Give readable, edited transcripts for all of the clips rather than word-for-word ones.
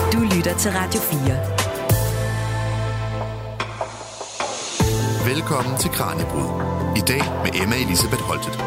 Du lytter til Radio 4. Velkommen til Kraniebrud. I dag med Emma Elisabeth Holtet.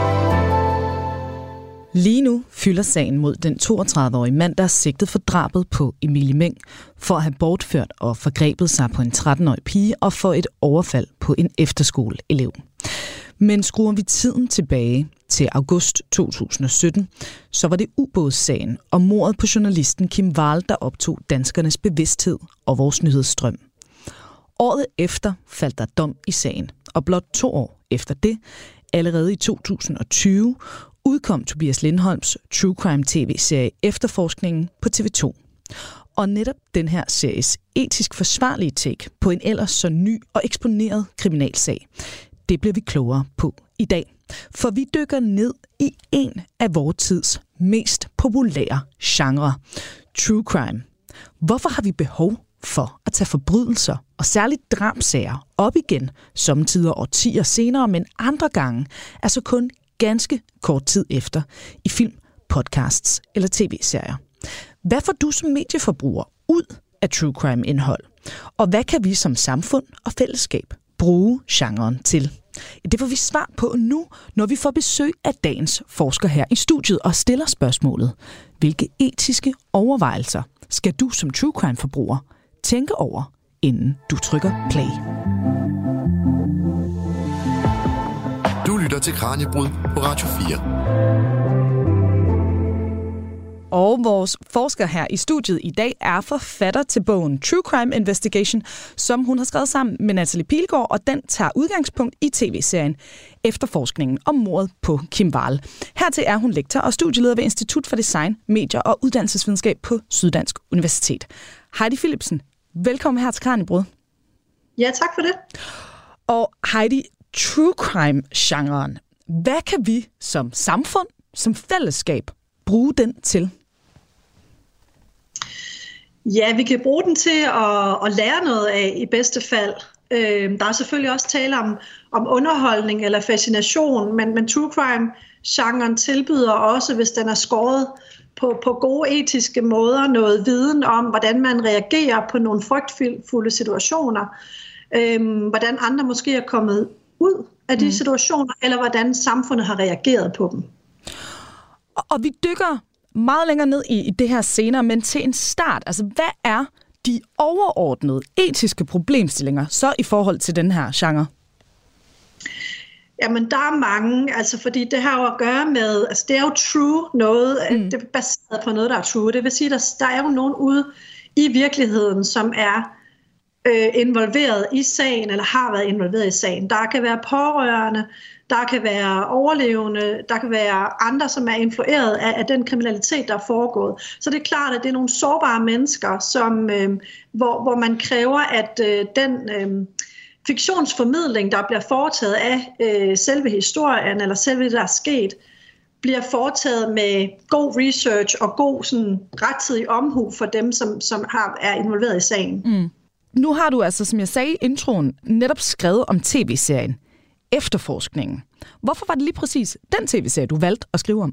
Lige nu fylder sagen mod den 32-årige mand, der er sigtet for drabet på Emilie Meng, for at have bortført og forgrebet sig på en 13-årig pige og for et overfald på en efterskoleelev. Men skruer vi tiden tilbage til august 2017, så var det ubådssagen og mordet på journalisten Kim Wall, der optog danskernes bevidsthed og vores nyhedsstrøm. Året efter faldt der dom i sagen, og blot 2 år efter det, allerede i 2020, udkom Tobias Lindholms True Crime TV-serie Efterforskningen på TV2. Og netop den her series etisk forsvarlige take på en ellers så ny og eksponeret kriminalsag, det bliver vi klogere på i dag. For vi dykker ned i en af vores tids mest populære genre, True Crime. Hvorfor har vi behov for at tage forbrydelser og særligt drabsager op igen, sommetider årtier senere, men andre gange, altså kun ganske kort tid efter, i film, podcasts eller tv-serier? Hvad får du som medieforbruger ud af true crime-indhold? Og hvad kan vi som samfund og fællesskab bruge genren til? Det får vi svar på nu, når vi får besøg af dagens forsker her i studiet og stiller spørgsmålet: hvilke etiske overvejelser skal du som true crime-forbruger tænke over, inden du trykker play? Du lytter til Kraniebrud på Radio 4. Og vores forsker her i studiet i dag er forfatter til bogen True Crime Investigation, som hun har skrevet sammen med Natalie Pilgaard, og den tager udgangspunkt i tv-serien Efterforskningen om mordet på Kim Wall. Hertil er hun lektor og studieleder ved Institut for Design, Medier og Uddannelsesvidenskab på Syddansk Universitet. Heidi Philipsen, velkommen her til Kraniebrud. Ja, tak for det. Og Heidi, true crime-genren, hvad kan vi som samfund, som fællesskab, bruge den til? Ja, vi kan bruge den til at lære noget af i bedste fald. Der er selvfølgelig også tale om underholdning eller fascination, men true crime-genren tilbyder også, hvis den er skåret på gode etiske måder, noget viden om, hvordan man reagerer på nogle frygtfulde situationer, hvordan andre måske er kommet ud af de situationer, eller hvordan samfundet har reageret på dem. Og vi dykker meget længere ned i det her senere, men til en start, altså hvad er de overordnede etiske problemstillinger så i forhold til den her genre? Jamen, der er mange, altså fordi det har jo at gøre med, altså det er jo true noget, det er baseret på noget, der er true. Det vil sige, der er jo nogen ude i virkeligheden, som er involveret i sagen, eller har været involveret i sagen. Der kan være pårørende, der kan være overlevende, der kan være andre, som er influeret af den kriminalitet, der er foregået. Så det er klart, at det er nogle sårbare mennesker, som, hvor man kræver, at den fiktionsformidling, der bliver foretaget af selve historien, eller selve det, der er sket, bliver foretaget med god research og god sådan, rettidig omhu for dem, som er involveret i sagen. Mm. Nu har du altså, som jeg sagde i introen, netop skrevet om tv-serien Efterforskningen. Hvorfor var det lige præcis den tv-serie, du valgte at skrive om?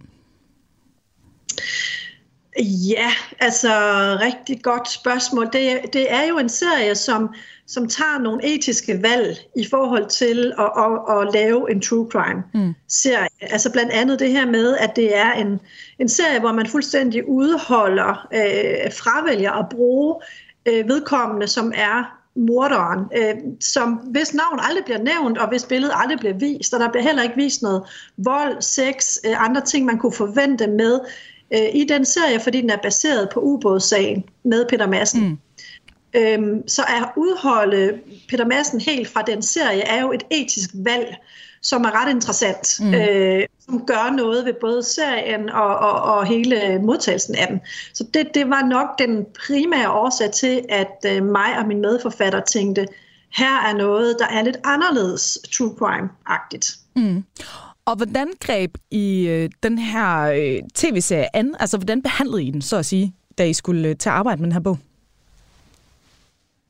Ja, altså rigtig godt spørgsmål. Det er jo en serie, som tager nogle etiske valg i forhold til at lave en true crime-serie. Altså blandt andet det her med, at det er en serie, hvor man fuldstændig udholder, fravælger at bruge vedkommende, som er morderen, som hvis navn aldrig bliver nævnt, og hvis billedet aldrig bliver vist, og der bliver heller ikke vist noget vold, sex, andre ting, man kunne forvente med i den serie, fordi den er baseret på ubådssagen med Peter Madsen. Så at udholde Peter Madsen helt fra den serie er jo et etisk valg, som er ret interessant, som gør noget ved både serien og hele modtagelsen af den. Så det var nok den primære årsag til, at mig og min medforfatter tænkte, her er noget, der er lidt anderledes true crime-agtigt. Og hvordan greb I den her tv-serie an? Altså, hvordan behandlede I den, så at sige, da I skulle til at arbejde med den her bog?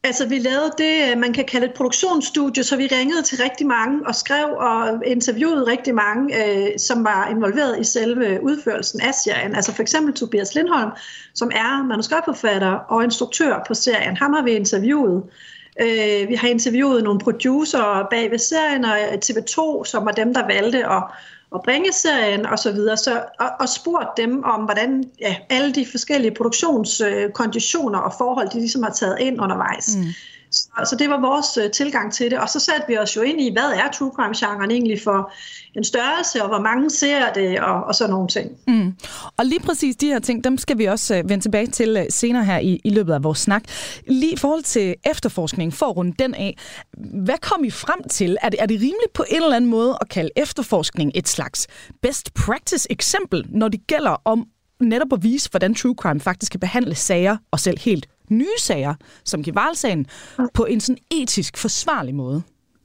Altså, vi lavede det, man kan kalde et produktionsstudie, så vi ringede til rigtig mange og skrev og interviewede rigtig mange, som var involveret i selve udførelsen af serien. Altså for eksempel Tobias Lindholm, som er manuskriptforfatter og instruktør på serien. Ham har vi interviewet. Vi har interviewet nogle producerer bag ved serien, og TV2, som var dem, der valgte at bringe serien og så videre, og spurgt dem om, hvordan alle de forskellige produktionskonditioner og forhold, de ligesom har taget ind undervejs. Så det var vores tilgang til det, og så satte vi os jo ind i, hvad er true crime-genren egentlig for en størrelse, og hvor mange ser det, og sådan nogle ting. Og lige præcis de her ting, dem skal vi også vende tilbage til senere her i løbet af vores snak. Lige i forhold til efterforskning, for at runde den af, hvad kom I frem til? Er det rimeligt på en eller anden måde at kalde efterforskning et slags best practice eksempel, når det gælder om netop at vise, hvordan true crime faktisk kan behandle sager, og selv helt nye sager, som Kival-sagen, på en sådan etisk forsvarlig måde?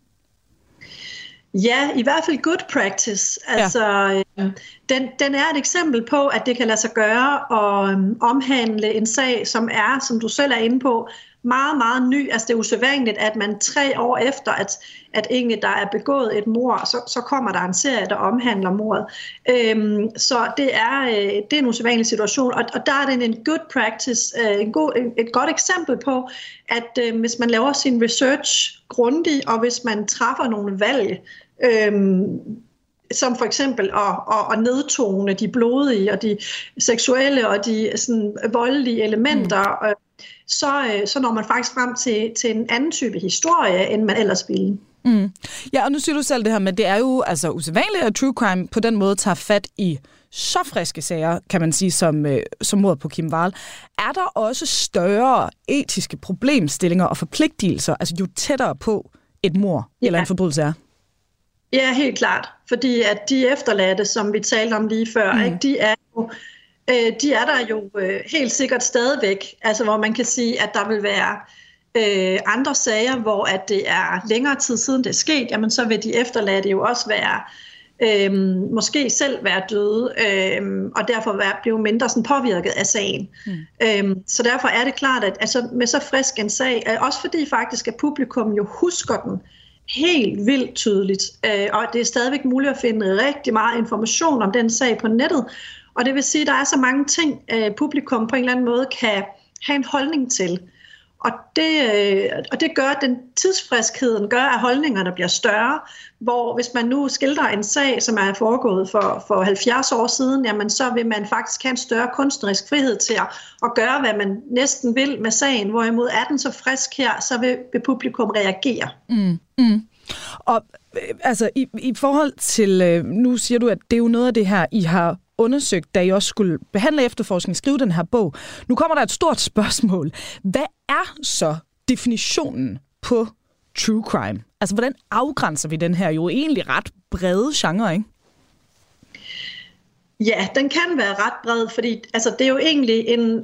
Ja, i hvert fald good practice. Altså, den er et eksempel på, at det kan lade sig gøre at omhandle en sag, som er, som du selv er inde på, meget, meget ny. Altså det er usædvanligt, at man 3 år efter, at egentlig der er begået et mord, så kommer der en serie, der omhandler mordet. Så det er en usædvanlig situation, og der er det en good practice, et godt eksempel på, at hvis man laver sin research grundigt, og hvis man træffer nogle valg, som for eksempel at nedtone de blodige og de seksuelle og de sådan voldelige elementer, så når man faktisk frem til en anden type historie, end man ellers ville. Ja, og nu siger du selv det her, men det er jo altså usædvanligt, at true crime på den måde tager fat i så friske sager, kan man sige, som mordet på Kim Wall. Er der også større etiske problemstillinger og forpligtelser, altså jo tættere på et mord eller en forbrydelse er? Ja, helt klart. Fordi at de efterladte, som vi talte om lige før, ikke, de er der jo helt sikkert stadigvæk. Altså hvor man kan sige, at der vil være andre sager, hvor at det er længere tid siden det er sket, jamen så vil de efterladte jo også være måske selv være døde, og derfor blive mindre sådan påvirket af sagen. Så derfor er det klart, at altså, med så frisk en sag, også fordi faktisk, at publikum jo husker den helt vildt tydeligt, og det er stadigvæk muligt at finde rigtig meget information om den sag på nettet, og det vil sige, at der er så mange ting, publikum på en eller anden måde kan have en holdning til. Og det gør, at den tidsfriskheden gør, at holdningerne bliver større, hvor hvis man nu skildrer en sag, som er foregået for 70 år siden, jamen så vil man faktisk have en større kunstnerisk frihed til at gøre, hvad man næsten vil med sagen, hvorimod er den så frisk her, så vil publikum reagere. Og altså i forhold til, nu siger du, at det er jo noget af det her, I har undersøgt, da I også skulle behandle efterforskning, skrive den her bog. Nu kommer der et stort spørgsmål. Hvad er så definitionen på true crime? Altså, hvordan afgrænser vi den her jo egentlig ret brede genre, ikke? Ja, den kan være ret bred, fordi altså, det er jo egentlig en,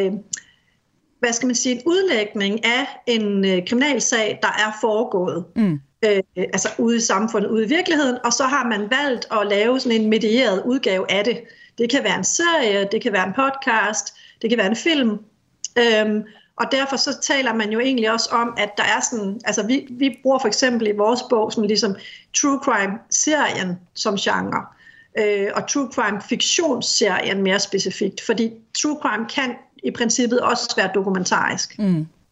en udlægning af en kriminalsag, der er foregået. Altså ude i samfundet, ude i virkeligheden, og så har man valgt at lave sådan en medieret udgave af det. Det kan være en serie, det kan være en podcast, det kan være en film, og derfor så taler man jo egentlig også om, at der er sådan, altså vi bruger for eksempel i vores bog sådan ligesom true crime-serien som genre, og true crime-fiktionsserien mere specifikt, fordi true crime kan i princippet også være dokumentarisk.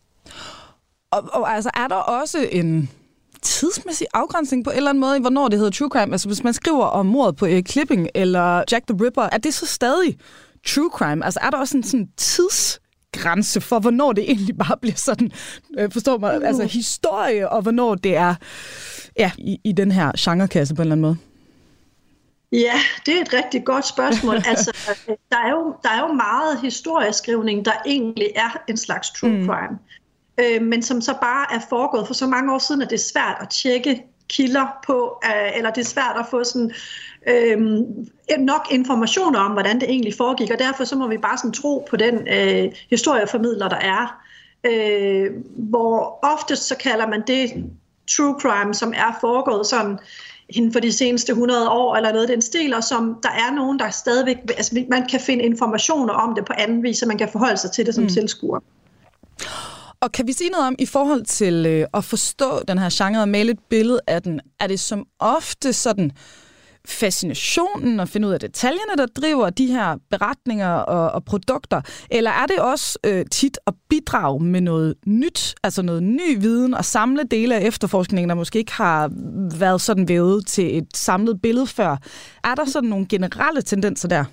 Og altså er der også en tidsmæssig afgrænsning på en eller anden måde, hvornår det hedder true crime? Altså hvis man skriver om mordet på Erik Klipping eller Jack the Ripper, er det så stadig true crime? Altså er der også en sådan tidsgrænse for, hvornår det egentlig bare bliver sådan, forstår man, altså historie, og hvornår det er i den her genrekasse på en eller anden måde? Ja, det er et rigtig godt spørgsmål. Altså, der er jo meget historieskrivning, der egentlig er en slags true crime. Men som så bare er foregået for så mange år siden, at det er svært at tjekke kilder på, eller det er svært at få sådan, nok informationer om, hvordan det egentlig foregik, og derfor så må vi bare sådan tro på den historieformidler, der er. Hvor oftest så kalder man det true crime, som er foregået sådan inden for de seneste 100 år, eller noget af den stil, og som der er nogen, der stadigvæk, altså man kan finde informationer om det på anden vis, så man kan forholde sig til det som tilskuer. Og kan vi sige noget om, i forhold til at forstå den her genre og male et billede af den, er det som ofte sådan fascinationen og finde ud af detaljerne, der driver de her beretninger og produkter, eller er det også tit at bidrage med noget nyt, altså noget ny viden og samle dele af efterforskningen, der måske ikke har været sådan vævet til et samlet billede før? Er der sådan nogle generelle tendenser der?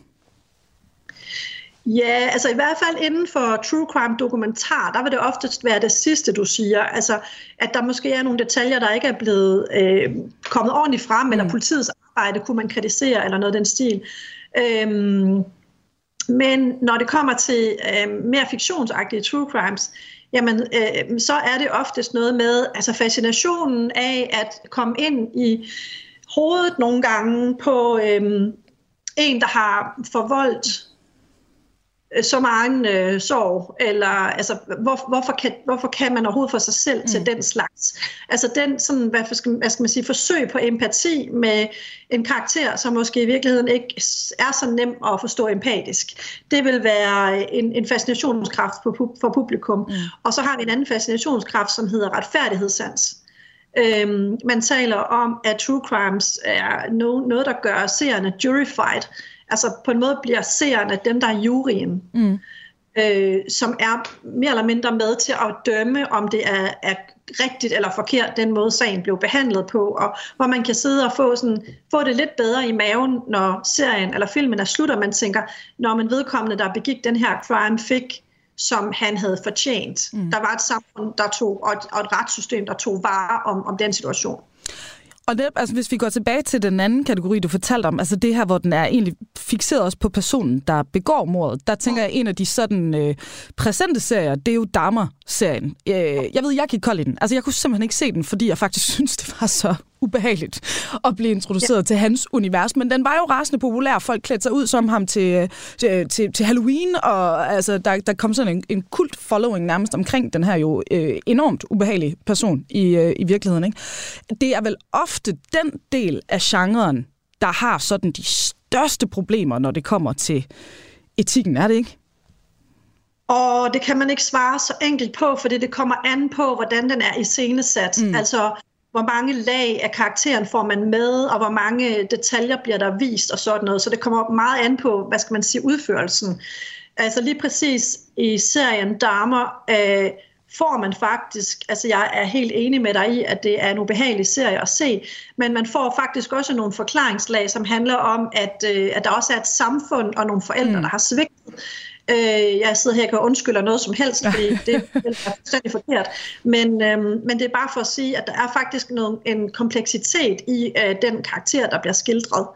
Ja, altså i hvert fald inden for true crime dokumentar, der vil det oftest være det sidste, du siger. Altså, at der måske er nogle detaljer, der ikke er blevet kommet ordentligt frem, eller politiets arbejde kunne man kritisere, eller noget af den stil. Men når det kommer til mere fiktionsagtige true crimes, jamen, så er det oftest noget med altså fascinationen af at komme ind i hovedet nogle gange på en, der har forvoldt så mange sorg, eller altså, hvorfor kan man overhovedet få sig selv til den slags? Altså den sådan, hvad skal man sige, forsøg på empati med en karakter, som måske i virkeligheden ikke er så nem at forstå empatisk. Det vil være en fascinationskraft for publikum. Og så har vi en anden fascinationskraft, som hedder retfærdighedssans. Man taler om, at true crimes er noget, der gør seerne juryfied. Altså på en måde bliver seerne dem, der er juryen, som er mere eller mindre med til at dømme, om det er rigtigt eller forkert, den måde sagen blev behandlet på, og hvor man kan sidde og få det lidt bedre i maven, når serien eller filmen er slut, og man tænker, når man vedkommende, der begik den her crime, fik, som han havde fortjent. Der var et samfund, der tog, og et retssystem, der tog vare om den situation. Og det, altså, hvis vi går tilbage til den anden kategori, du fortalte om, altså det her, hvor den er egentlig fikseret også på personen, der begår mordet, der tænker jeg, en af de sådan præsente serier, det er jo Dahmer-serien. Jeg ved, jeg gik kold i den. Altså, jeg kunne simpelthen ikke se den, fordi jeg faktisk synes, det var så ubehageligt at blive introduceret til hans univers. Men den var jo rasende populær. Folk klædte sig ud som ham til Halloween, og altså, der kom sådan en kult following nærmest omkring den her jo enormt ubehagelige person i virkeligheden. Ikke? Det er vel ofte den del af genren, der har sådan de største problemer, når det kommer til etikken, er det ikke? Og det kan man ikke svare så enkelt på, fordi det kommer an på, hvordan den er iscenesat. Altså, hvor mange lag af karakteren får man med, og hvor mange detaljer bliver der vist og sådan noget. Så det kommer meget an på, hvad skal man sige, udførelsen. Altså lige præcis i serien Dahmer får man faktisk, altså jeg er helt enig med dig i, at det er en ubehagelig serie at se, men man får faktisk også nogle forklaringslag, som handler om, at der også er et samfund og nogle forældre, der har svigtet. Jeg sidder her og undskylder noget som helst, fordi det er fuldstændig forkert. Men det er bare for at sige, at der er faktisk en kompleksitet i den karakter, der bliver skildret.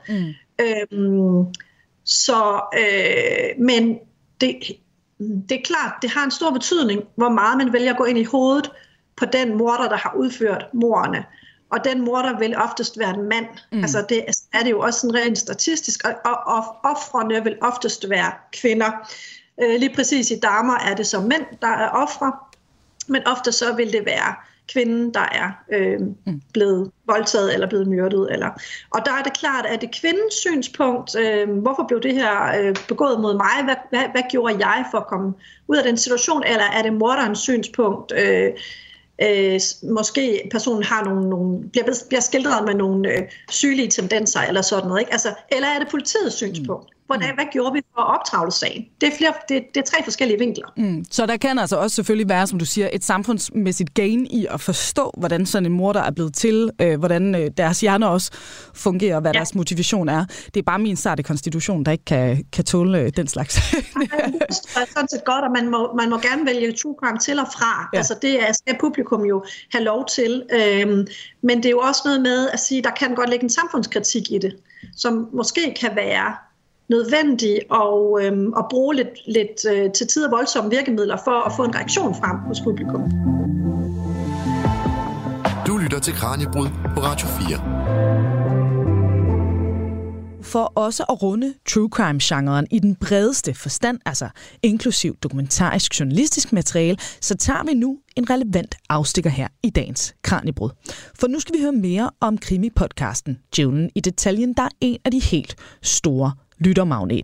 Men det er klart, det har en stor betydning, hvor meget man vælger at gå ind i hovedet på den morder, der har udført morderne. Og den morder vil oftest være en mand. Altså det er det jo også sådan rent statistisk, og ofrene vil oftest være kvinder. Lige præcis i Dahmer er det så mænd, der er ofre, men ofte så vil det være kvinden, der er blevet voldtaget eller blevet myrdet. Og der er det klart, at det kvindens synspunkt, hvorfor blev det her begået mod mig, hvad gjorde jeg for at komme ud af den situation, eller er det morderens synspunkt, måske personen har bliver skildret med nogle sygelige tendenser eller sådan noget, ikke? Altså, eller er det politiets synspunkt? Hvad gjorde vi for at optravle sagen? Det er 3 forskellige vinkler. Så der kan altså også selvfølgelig være, som du siger, et samfundsmæssigt gain i at forstå, hvordan sådan en morder er blevet til, hvordan deres hjerner også fungerer, hvad deres motivation er. Det er bare min sarte konstitution, der ikke kan tåle den slags. Det er sådan set godt, og man må gerne vælge true crime til og fra. Ja. Altså det skal publikum jo have lov til. Men det er jo også noget med at sige, der kan godt ligge en samfundskritik i det, som måske kan være nødvendigt at bruge lidt til tider voldsomme virkemidler for at få en reaktion frem hos publikum. Du lytter til Kraniebrud på Radio 4. For også at runde true crime-genren i den bredeste forstand, altså inklusiv dokumentarisk journalistisk materiale, så tager vi nu en relevant afstikker her i dagens Kraniebrud. For nu skal vi høre mere om krimi-podcasten Djævlen i detaljen, der er en af de helt store lyttermagneter.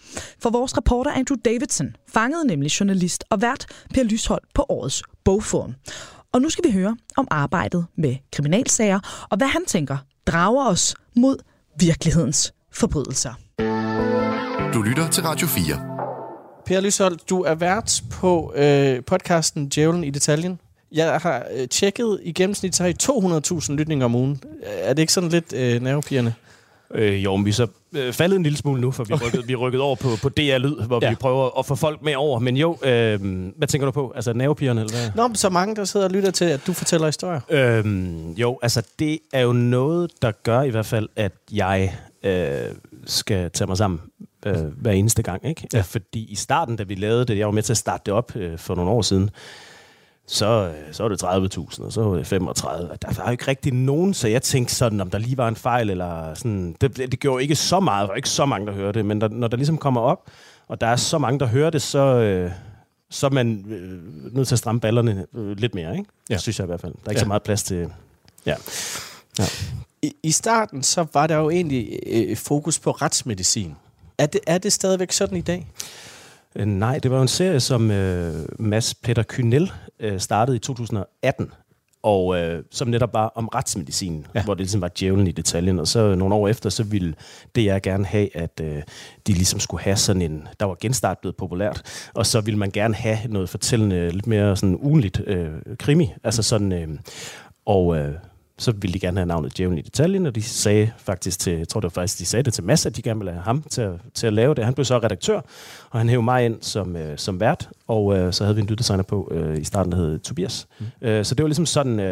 For vores reporter Andrew Davidson fangede nemlig journalist og vært Per Lysholdt på årets bogforum. Og nu skal vi høre om arbejdet med kriminalsager, og hvad han tænker drager os mod virkelighedens forbrydelser. Du lytter til Radio 4. Per Lysholdt, du er vært på podcasten Djævlen i detaljen. Jeg har tjekket i gennemsnit, så har I 200.000 lytninger om ugen. Er det ikke sådan lidt nervepirrende? Jo, men vi er så faldet en lille smule nu, for vi er rykket over på DR Lyd, hvor vi prøver at få folk med over. Men jo, hvad tænker du på? Altså nervepirrende, eller hvad? Nå, så mange, der sidder og lytter til, at du fortæller historier. Jo, altså det er jo noget, der gør i hvert fald, at jeg skal tage mig sammen hver eneste gang, ikke? Ja. Fordi i starten, da vi lavede det, jeg var med til at starte det op for nogle år siden, så var det 30.000, og så var det 35. Der var jo ikke rigtig nogen, så jeg tænkte sådan, om der lige var en fejl, eller sådan. Det gjorde ikke så meget, der var ikke så mange, der hørte det, men når der ligesom kommer op, og der er så mange, der hører det, så er man nødt til at stramme ballerne lidt mere, ikke? Ja. Det synes jeg i hvert fald. Der er ikke så meget plads til... Ja. I starten, så var der jo egentlig fokus på retsmedicin. Er det stadigvæk sådan i dag? Nej, det var jo en serie, som Mads Peter Kynel startede i 2018, og som netop var om retsmedicin, hvor det ligesom var djævlen i detaljen. Og så nogle år efter, så ville det jeg gerne have, at de ligesom skulle have sådan en... Der var genstart blevet populært, og så ville man gerne have noget fortællende, lidt mere sådan ugenligt krimi. Altså sådan... Så ville de gerne have navnet Djævlen i detaljen, og de sagde faktisk til, jeg tror det var faktisk, de sagde det til Mads, at de gerne ville have ham til at lave det. Han blev så redaktør, og han hævde mig ind som vært, og så havde vi en lyddesigner på i starten, der hed Tobias. Så det var ligesom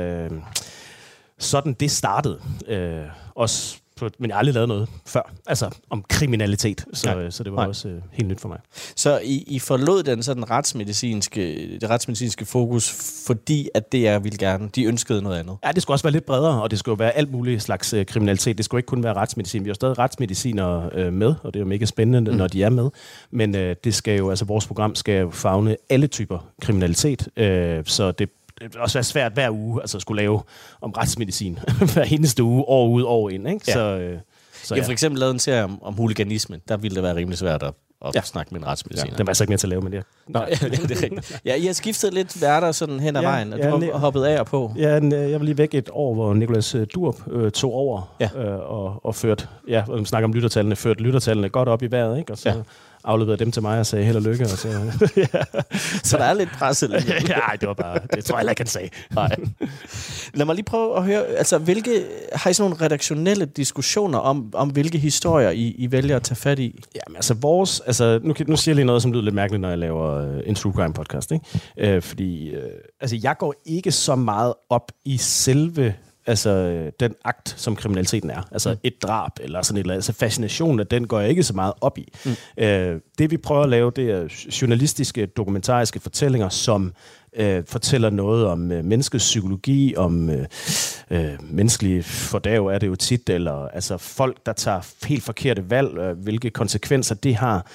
sådan det startede. Også men jeg har aldrig lavet noget før, altså om kriminalitet, så det var også helt nyt for mig. Så I forlod den sådan det retsmedicinske fokus, fordi at DR ville gerne, de ønskede noget andet? Ja, det skulle også være lidt bredere, og det skulle være alt muligt slags kriminalitet. Det skulle ikke kun være retsmedicin. Vi har stadig retsmedicinere med, og det er jo mega spændende, når de er med. Men det skal jo, altså vores program skal jo favne alle typer kriminalitet, så det også være svært hver uge, altså skulle lave om retsmedicin hver eneste uge, år ud, år ind, ikke? Ja. Jeg har for eksempel lavet en serie om huliganisme. Der ville det være rimelig svært at snakke med en retsmediciner. Ja, den var altså ikke mere til at lave, men det. Nå, det er rigtigt. Ja, I har skiftet lidt værter sådan hen ad vejen, og du har hoppet af og på. Ja, jeg var lige væk et år, hvor Nicolas Durup tog over og førte, og vi snakker om lyttertallene, førte lyttertallene godt op i vejret, ikke? Og så afleverede dem til mig og sagde held og lykke. Og så, så der er lidt presset. Nej, det var bare, det tror jeg ikke, han sagde. Nej. Lad mig lige prøve at høre, altså har I sådan nogle redaktionelle diskussioner om hvilke historier I vælger at tage fat i? Jamen altså nu siger jeg lige noget, som lyder lidt mærkeligt, når jeg laver en true crime podcast, ikke? Fordi jeg går ikke så meget op i selve den akt, som kriminaliteten er. Altså et drab eller sådan et eller andet. Altså fascinationen af den går jeg ikke så meget op i. Det vi prøver at lave, det er journalistiske, dokumentariske fortællinger, som fortæller noget om menneskets psykologi, om menneskelige fordærv er det jo tit, eller altså folk, der tager helt forkerte valg, hvilke konsekvenser det har.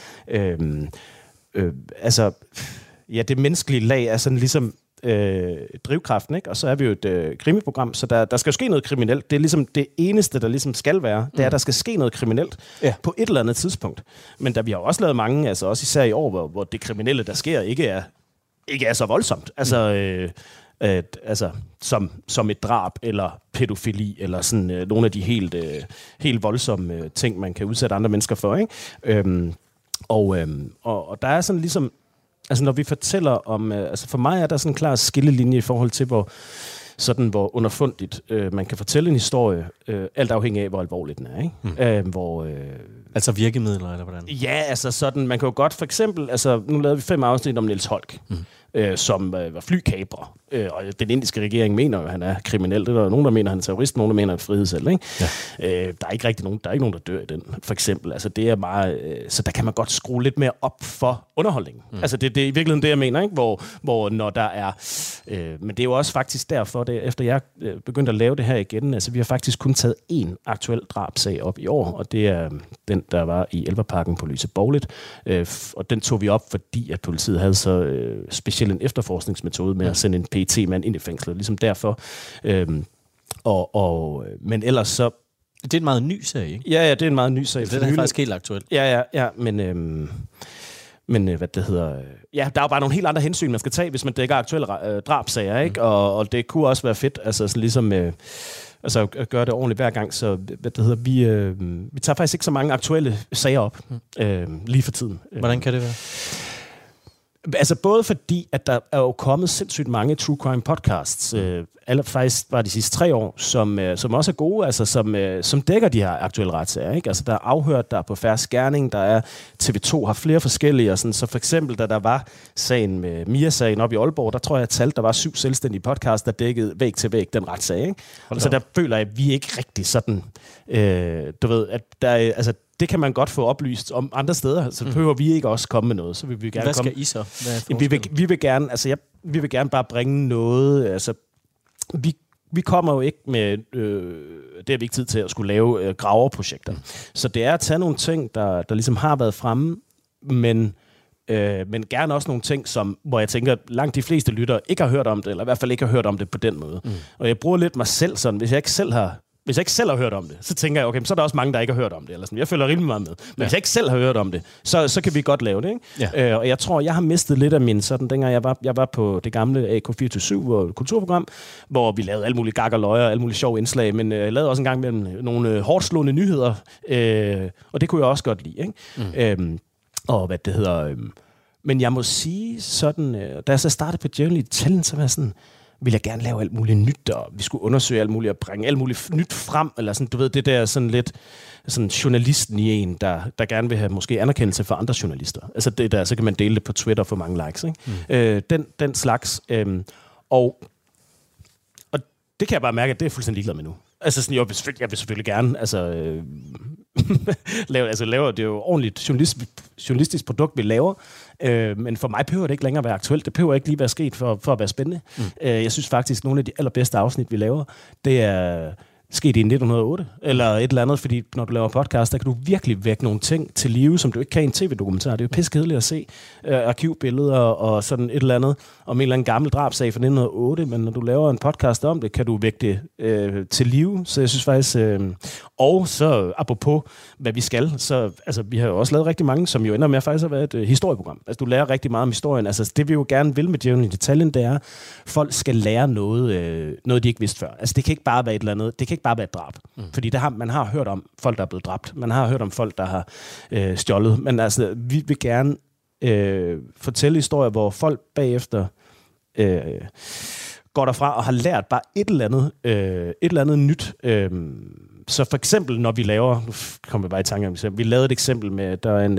Det menneskelige lag er sådan ligesom drivkraften, ikke? Og så er vi jo et krimiprogram, så der skal jo ske noget kriminelt. Det er ligesom det eneste, der ligesom skal være, det er, at der skal ske noget kriminelt på et eller andet tidspunkt. Men vi har også lavet mange, altså også især i år, hvor det kriminelle, der sker, ikke er så voldsomt. Som et drab, eller pædofili, eller sådan nogle af de helt voldsomme ting, man kan udsætte andre mennesker for, ikke? Og der er sådan ligesom, altså når vi fortæller om, for mig er der sådan en klar skillelinje i forhold til, hvor underfundigt man kan fortælle en historie, alt afhængig af, hvor alvorligt den er, ikke? Altså virkemidler, eller hvordan? Ja, altså sådan, man kan jo godt, for eksempel, nu lavede vi 5 afsnit om Niels Holck, som var flykabrer, og den indiske regering mener jo, at han er kriminel. Det er der nogen, der mener, at han er terrorist, nogen, der mener, at han er frihedshelt, ikke? Ja. Der er ikke rigtig nogen, der dør i den, for eksempel. Altså det er meget, så der kan man godt skrue lidt mere op for underholdningen. Altså det er i virkeligheden det, jeg mener, ikke? Hvor når der er, men det er jo også faktisk derfor, efter jeg begyndte at lave det her igen, altså vi har faktisk kun taget 1 aktuel drabsag op i år, og det er den, der var i Elverparken på Lyse Boulet, og den tog vi op, fordi at politiet havde så specielt en efterforskningsmetode med at sende en PET-mand ind i fængslet, ligesom derfor. Men ellers så Det er en meget ny sag, ikke? Ja, det er en meget ny sag. Det er faktisk helt aktuelt. Ja, men hvad det hedder... Ja, der er jo bare nogle helt andre hensyn, man skal tage, hvis man dækker aktuelle drabsager, ikke? Og det kunne også være fedt, altså sådan ligesom... Altså at gøre det ordentligt hver gang, så hvad det hedder, vi tager faktisk ikke så mange aktuelle sager op lige for tiden. Hvordan kan det være? Altså både fordi, at der er jo kommet sindssygt mange true crime podcasts, faktisk bare de sidste 3 år, som også er gode, altså som dækker de her aktuelle retssager, ikke? Altså der er Afhørt, der er På Fersk Gerning, der er TV2 har flere forskellige, og sådan, så for eksempel, da der var sagen med Mia-sagen op i Aalborg, der tror jeg, at der var 7 selvstændige podcasts, der dækkede væg til væg den retssag, ikke? Så der føler jeg, at vi ikke rigtig sådan, du ved, at der er, altså det kan man godt få oplyst om andre steder, så behøver vi ikke også komme med noget. Så vil vi gerne Hvad skal I så? Vi vil gerne, altså vi vil gerne bare bringe noget, altså vi kommer jo ikke med, det har vi ikke tid til at skulle lave graverprojekter. Så det er at tage nogle ting, der ligesom har været fremme, men gerne også nogle ting, hvor jeg tænker, at langt de fleste lyttere ikke har hørt om det, eller i hvert fald ikke har hørt om det på den måde. Og jeg bruger lidt mig selv sådan, hvis jeg ikke selv har hørt om det, så tænker jeg, okay, så er der også mange, der ikke har hørt om det. Eller sådan. Jeg følger rimelig meget med. Men hvis jeg ikke selv har hørt om det, så kan vi godt lave det. Ikke? Ja. Og jeg tror, jeg har mistet lidt af min sådan, dengang jeg var på det gamle AK247 kulturprogram, hvor vi lavede alle mulige gag og løjer, alle mulige sjove indslag, men jeg lavede også en gang med nogle hårdt slående nyheder, og det kunne jeg også godt lide. Ikke? Og hvad det hedder... men jeg må sige sådan, da jeg så startede på Djævlen i Detaljen, så var jeg sådan... ville jeg gerne lave alt muligt nyt, og vi skulle undersøge alt muligt og bringe alt muligt nyt frem, eller sådan, du ved, det der sådan lidt sådan journalisten i en, der gerne vil have måske anerkendelse for andre journalister. Altså det der, så kan man dele det på Twitter for mange likes, ikke? Den slags. Og det kan jeg bare mærke, at det er fuldstændig ligeglad med nu. Altså sådan, jeg vil selvfølgelig gerne lave det er jo ordentligt journalistisk produkt, vi laver. Men for mig behøver det ikke længere være aktuelt. Det behøver ikke lige være sket for at være spændende. Jeg synes faktisk, at nogle af de allerbedste afsnit, vi laver, det er sket i 1908, eller et eller andet, fordi når du laver podcast, der kan du virkelig vække nogle ting til live, som du ikke kan i en tv-dokumentar. Det er jo piskedeligt at se arkivbilleder og sådan et eller andet om en eller anden gammel drabsag fra 1908, men når du laver en podcast om det, kan du vække det til live. Så jeg synes faktisk... og så apropos, hvad vi skal, så altså, vi har jo også lavet rigtig mange, som jo ender med at faktisk have været et historieprogram. Altså, du lærer rigtig meget om historien. Altså, det vi jo gerne vil med Djævlen i Detaljen, det er, at folk skal lære noget, de ikke vidste før. Altså, det kan ikke bare være et eller andet. Det kan ikke bare være et drab. Fordi man har hørt om folk, der er blevet dræbt. Man har hørt om folk, der har stjålet. Men altså, vi vil gerne fortælle historier, hvor folk bagefter går derfra og har lært bare et eller andet nyt. Så for eksempel, når vi laver... Nu kommer jeg bare i tanke om det. Vi lavede et eksempel med, der er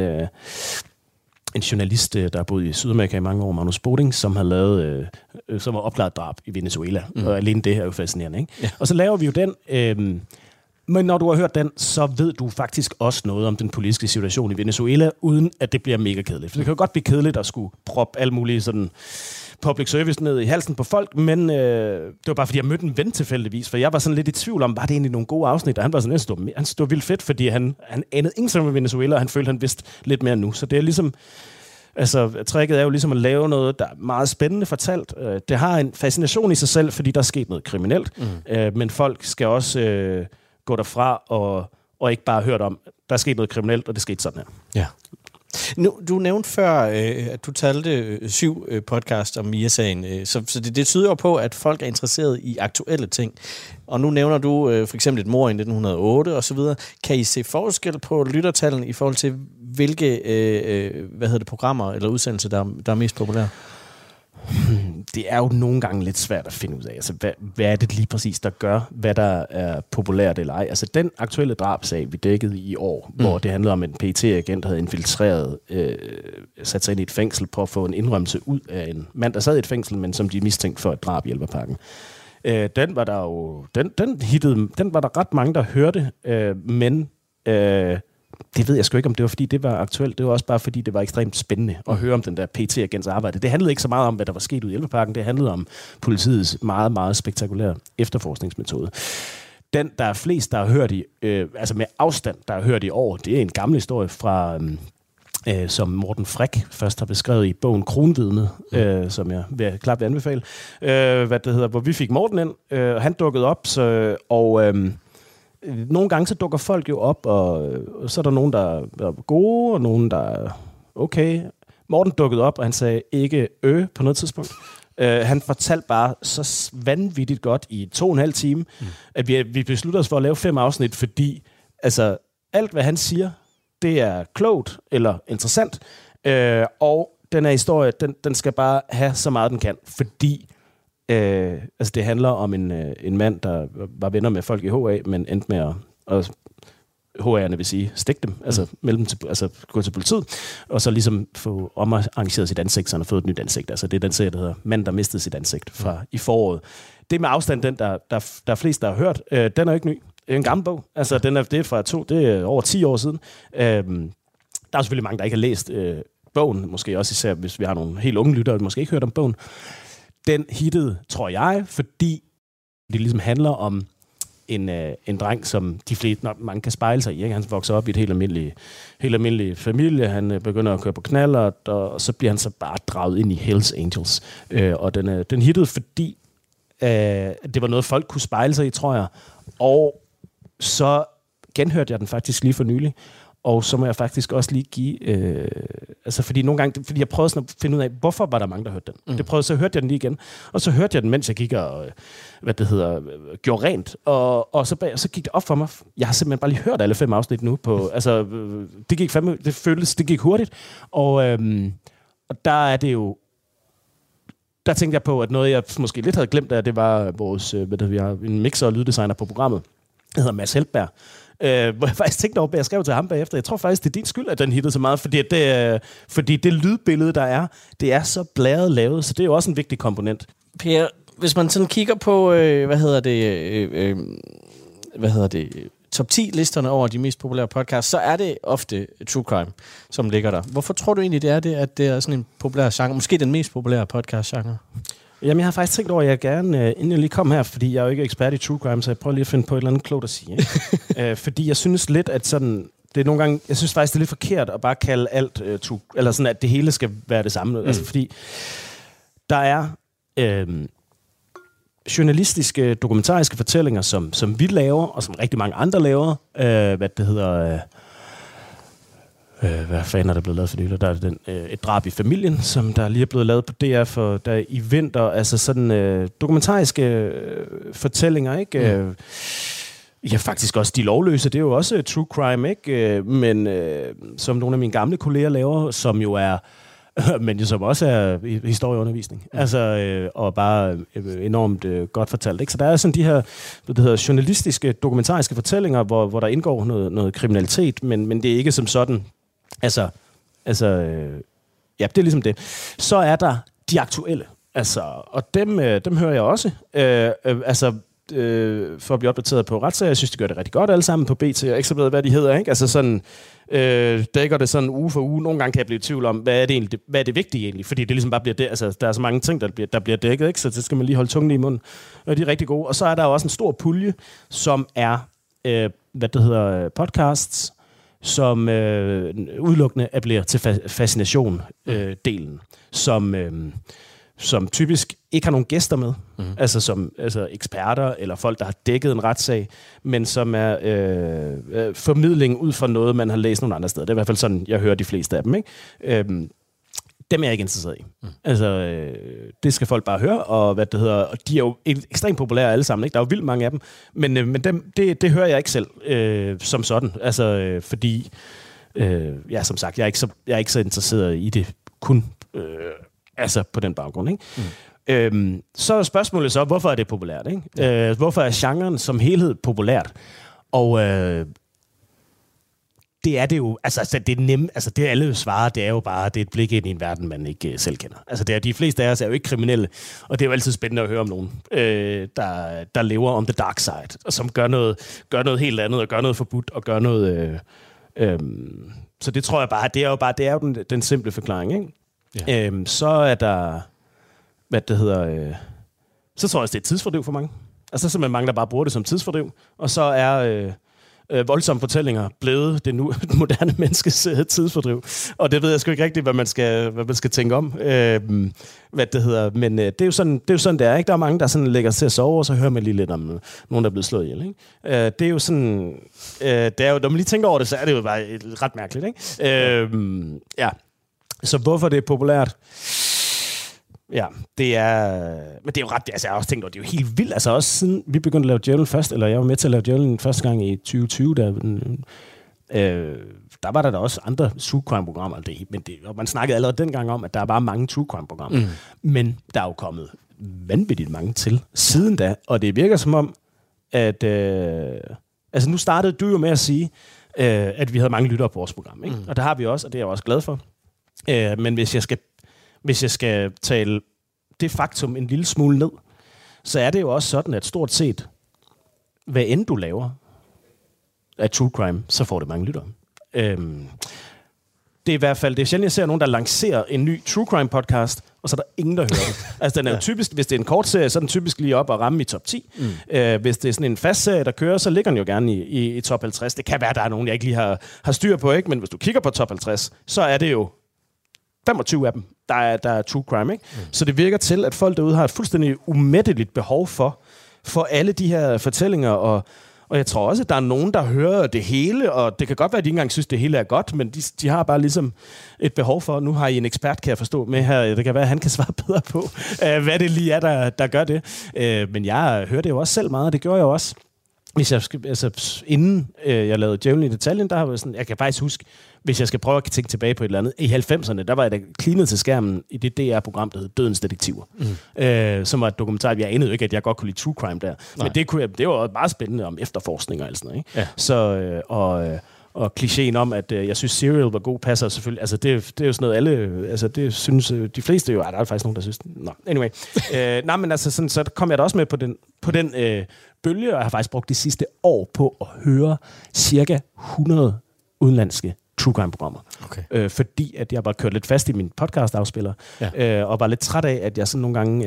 en journalist, der har boet i Sydamerika i mange år, Magnus Boding, som har lavet, som har opklaret drab i Venezuela. Og alene det her er jo fascinerende, ikke? Ja. Og så laver vi jo den... men når du har hørt den, så ved du faktisk også noget om den politiske situation i Venezuela, uden at det bliver mega kedeligt. For det kan jo godt blive kedeligt at skulle proppe alle mulige sådan public service ned i halsen på folk, men det var bare fordi, jeg mødte en ven tilfældigvis, for jeg var sådan lidt i tvivl om, var det egentlig nogle gode afsnit, og han var sådan, han stod vildt fedt, fordi han anede ingenting med Venezuela, og han følte, han vidste lidt mere nu. Så det er ligesom, altså tricket er jo ligesom at lave noget, der er meget spændende fortalt. Det har en fascination i sig selv, fordi der er sket noget kriminelt, men folk skal også gå derfra og ikke bare hørt om, der er sket noget kriminelt, og det skete sådan her. Ja. Nu, du nævnte før, at du talte 7 podcast om Mia-sagen, så det tyder jo på, at folk er interesseret i aktuelle ting. Og nu nævner du for eksempel et mord i 1908 og så videre. Kan I se forskel på lyttertallene i forhold til, hvilke programmer eller udsendelser, der er mest populære? Det er jo nogle gange lidt svært at finde ud af. Altså, hvad er det lige præcis, der gør, hvad der er populært eller ej? Altså, den aktuelle drabsag, vi dækkede i år, hvor det handlede om en PET-agent, der havde infiltreret, sat sig ind i et fængsel på at få en indrømmelse ud af en mand, der sad i et fængsel, men som de mistænkte for et drab i Hjælperparken. Den var der jo... Den var der ret mange, der hørte, men... det ved jeg sgu ikke, om det var, fordi det var aktuelt. Det var også bare, fordi det var ekstremt spændende at høre om den der PET-agents arbejde. Det handlede ikke så meget om, hvad der var sket ude i Hjælperparken. Det handlede om politiets meget, meget spektakulære efterforskningsmetode. Den, der er flest, der har hørt i, altså med afstand, der har hørt i år, det er en gammel historie fra... som Morten Frick først har beskrevet i bogen Kronvidnet, som jeg klart vil anbefale, hvor vi fik Morten ind, han dukkede op, nogle gange så dukker folk jo op, og så er der nogen, der er gode, og nogen, der er okay. Morten dukkede op, og han sagde ikke på noget tidspunkt. Han fortalte bare så vanvittigt godt i 2,5 time, at vi besluttede os for at lave 5 afsnit, fordi altså, alt, hvad han siger, det er klogt eller interessant, og den her historie, den skal bare have så meget, den kan, fordi altså, det handler om en mand, der var venner med folk i HA, men endte med at HA'erne vil sige, stikke dem, altså, gå til politiet, og så ligesom få omarrangeret sit ansigt, så han har fået et nyt ansigt. Altså det er den serie, der hedder Mand, der mistede sit ansigt fra i foråret. Det er med afstand den, der er flest, der har hørt. Den er jo ikke ny. Det er en gammel bog. Altså det er fra det er over 10 år siden. Der er selvfølgelig mange, der ikke har læst bogen, måske også især, hvis vi har nogle helt unge lyttere, der måske ikke hørt om bogen. Den hittede, tror jeg, fordi det ligesom handler om en dreng, som de fleste mange kan spejle sig i. Ikke? Han vokser op i et helt almindelig familie. Han begynder at køre på knaller, og så bliver han så bare draget ind i Hells Angels. Og den hittede, fordi det var noget, folk kunne spejle sig i, tror jeg. Og så genhørte jeg den faktisk lige for nylig. Og så må jeg faktisk også lige give... fordi nogle gange... Fordi jeg prøvede sådan at finde ud af, hvorfor var der mange, der hørte den. Så hørte jeg den lige igen. Og så hørte jeg den, mens jeg gik og... gjorde rent. Og så gik det op for mig. Jeg har simpelthen bare lige hørt alle 5 afsnit nu. Det gik hurtigt. Og der er det jo... Der tænkte jeg på, at noget, jeg måske lidt havde glemt af, det var vores... vi har en mixer og lyddesigner på programmet. Det hedder Mads Heltberg. Hvor jeg faktisk tænkte over, at jeg skrev til ham bagefter. Jeg tror faktisk, det er din skyld, at den hittede så meget, fordi det lydbillede, der er, det er så blæret lavet, så det er jo også en vigtig komponent. Per, hvis man sådan kigger på, top 10-listerne over de mest populære podcasts, så er det ofte True Crime, som ligger der. Hvorfor tror du egentlig, at det er sådan en populær genre? Måske den mest populære podcast-genre? Jamen, jeg har faktisk tænkt over, at jeg gerne, inden jeg lige kom her, fordi jeg er jo ikke ekspert i True Crime, så jeg prøver lige at finde på et eller andet klogt at sige. Ikke? Fordi jeg synes lidt, at sådan... Det er nogle gange... Jeg synes faktisk, det er lidt forkert at bare kalde alt eller sådan, at det hele skal være det samme. Altså, fordi der er journalistiske, dokumentariske fortællinger, som vi laver, og som rigtig mange andre laver. Hvad fanden er der blevet lavet for nylig? Der er et drab i familien, som der lige er blevet lavet på DR for der i vinter. Altså sådan dokumentariske fortællinger, ikke? Ja, faktisk også De Lovløse. Det er jo også true crime, ikke? Men som nogle af mine gamle kolleger laver, som jo er men som også er historieundervisning. Altså, og bare enormt godt fortalt. Ikke? Så der er sådan de her journalistiske, dokumentariske fortællinger, hvor der indgår noget kriminalitet, men det er ikke som sådan. Ja, det er ligesom det. Så er der de aktuelle. Altså, og dem hører jeg også. For at blive opdateret på retssager. Jeg synes, de gør det rigtig godt alle sammen på BT og Ekstra Bladet, hvad de hedder. Ikke? Altså sådan, dækker det sådan uge for uge. Nogle gange kan jeg blive i tvivl om, hvad er det vigtige egentlig? Fordi det ligesom bare bliver det. Altså, der er så mange ting, der bliver dækket, ikke? Så det skal man lige holde tungen i munden. Og de er rigtig gode. Og så er der også en stor pulje, som er podcasts, som udelukkende appellerer til fascination-delen, som typisk ikke har nogen gæster med, altså eksperter eller folk, der har dækket en retssag, men som er formidling ud fra noget, man har læst nogle andre steder. Det er i hvert fald sådan, jeg hører de fleste af dem. Ikke? Dem er jeg ikke interesseret i. Altså, det skal folk bare høre, og og de er jo ekstremt populære alle sammen. Ikke? Der er jo vildt mange af dem, men dem, det hører jeg ikke selv som sådan. Altså, fordi, som sagt, jeg er ikke så interesseret i det kun på den baggrund. Ikke? Så er spørgsmålet så, hvorfor er det populært? Ikke? Hvorfor er genren som helhed populært? Og det er det jo, det er nemt, det alle svarer, det er jo bare, det er et blik ind i en verden, man ikke selv kender. Altså det er, de fleste af os er jo ikke kriminelle, og det er jo altid spændende at høre om nogen, der lever om the dark side, og som gør noget helt andet, og gør noget forbudt, og gør noget... så det tror jeg bare, det er jo den simple forklaring, ikke? Ja. Så er der, så tror jeg også, det er tidsfordriv for mange. Altså, så er man mange, der bare bruger det som tidsfordriv. Og så er voldsomme fortællinger blevet det moderne menneskes tidsfordriv. Og det ved jeg sgu ikke rigtigt, hvad man skal tænke om. Hvad det hedder. Men det er jo sådan, det er, ikke? Der er mange, der sådan lægger til at sove, og så hører man lige lidt om nogen, der er blevet slået ihjel, ikke? Det er jo sådan... det er jo, når man lige tænker over det, så er det jo bare ret mærkeligt, ikke? Ja. Så hvorfor det er populært? Ja, det er... Men det er jo ret... Altså, jeg har også tænkt over, det er jo helt vildt. Altså, også siden vi begyndte at lave Djævlen først, eller jeg var med til at lave Djævlen første gang i 2020, der var der også andre true crime-programmer, og man snakkede allerede dengang om, at der var mange true crime-programmer. Men der er jo kommet vanvittigt mange til siden da, og det virker som om, at... altså, nu startede du jo med at sige, at vi havde mange lyttere på vores program, ikke? Og der har vi også, og det er jeg også glad for. Men hvis jeg skal tale det faktum en lille smule ned, så er det jo også sådan, at stort set, hvad end du laver af true crime, så får det mange lyttere. Det er i hvert fald, det er sjældent, jeg ser nogen, der lancerer en ny true crime podcast, og så er der ingen, der hører det. Altså, den er jo typisk, hvis det er en kort serie, så er den typisk lige op og ramme i top 10. Hvis det er sådan en fast serie, der kører, så ligger den jo gerne i top 50. Det kan være, der er nogen, jeg ikke lige har styr på, ikke? Men hvis du kigger på top 50, så er det jo 25 af dem, der er true crime, ikke? Så det virker til, at folk derude har et fuldstændig umætteligt behov for alle de her fortællinger, og jeg tror også, at der er nogen, der hører det hele, og det kan godt være, at de ikke engang synes, det hele er godt, men de har bare ligesom et behov for, nu har I en ekspert, kan jeg forstå, med her, det kan være, at han kan svare bedre på, hvad det lige er, der gør det. Men jeg hører det jo også selv meget, og det gjorde jeg jo også. Inden jeg lavede Djævlen i detaljen, der var sådan, jeg kan faktisk huske, hvis jeg skal prøve at tænke tilbage på et eller andet, i 90'erne, der var jeg da klinet til skærmen i det DR-program, der hed Dødens Detektiver, som var et dokumentar. Jeg anede jo ikke, at jeg godt kunne lide true crime der. Nej. Men det var meget spændende om efterforskning og alt sådan noget, ikke? Ja. Så, og klichéen om, at jeg synes Serial var god, passer selvfølgelig. Altså, det er jo sådan noget, alle... Altså, det synes de fleste jo... der er faktisk nogen, der synes... Nå, anyway. Nej, men altså, sådan, så kom jeg da også med på den bølge, og jeg har faktisk brugt de sidste år på at høre cirka 100 udenlandske true crime-programmer. Okay. Fordi at jeg bare kørt lidt fast i min podcast-afspiller, og var lidt træt af, at jeg sådan nogle gange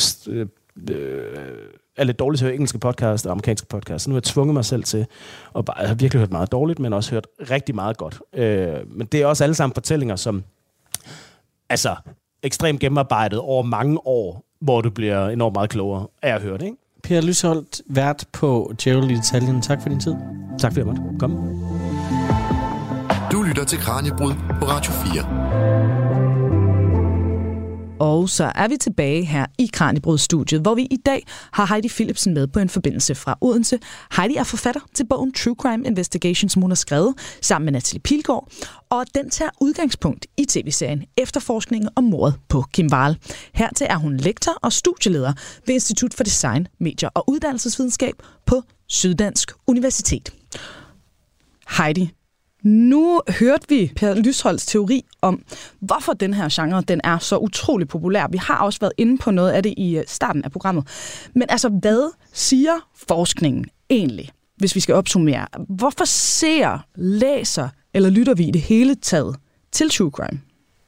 er lidt dårligt til at høre engelske podcast og amerikanske podcast. Så nu har jeg tvunget mig selv til, og jeg har virkelig hørt meget dårligt, men også hørt rigtig meget godt. Men det er også alle sammen fortællinger, som altså ekstremt gennemarbejdet over mange år, hvor du bliver enormt meget klogere af at høre det, ikke? Per Lysholt, vært på Djævlen i detaljen. Tak for din tid. Tak for at jeg måtte komme. Du lytter til Kraniebrud på Radio 4. Og så er vi tilbage her i Kraniebrud-studiet, hvor vi i dag har Heidi Philipsen med på en forbindelse fra Odense. Heidi er forfatter til bogen True Crime Investigation, som hun har skrevet sammen med Natalie Pilgaard, og den tager udgangspunkt i tv-serien Efterforskningen om mordet på Kim Wall. Hertil er hun lektor og studieleder ved Institut for Design, Medier og Uddannelsesvidenskab på Syddansk Universitet. Heidi, nu hørte vi Per Lysholts teori om, hvorfor den her genre den er så utrolig populær. Vi har også været inde på noget af det i starten af programmet. Men altså, hvad siger forskningen egentlig, hvis vi skal opsummere? Hvorfor læser eller lytter vi i det hele taget til true crime?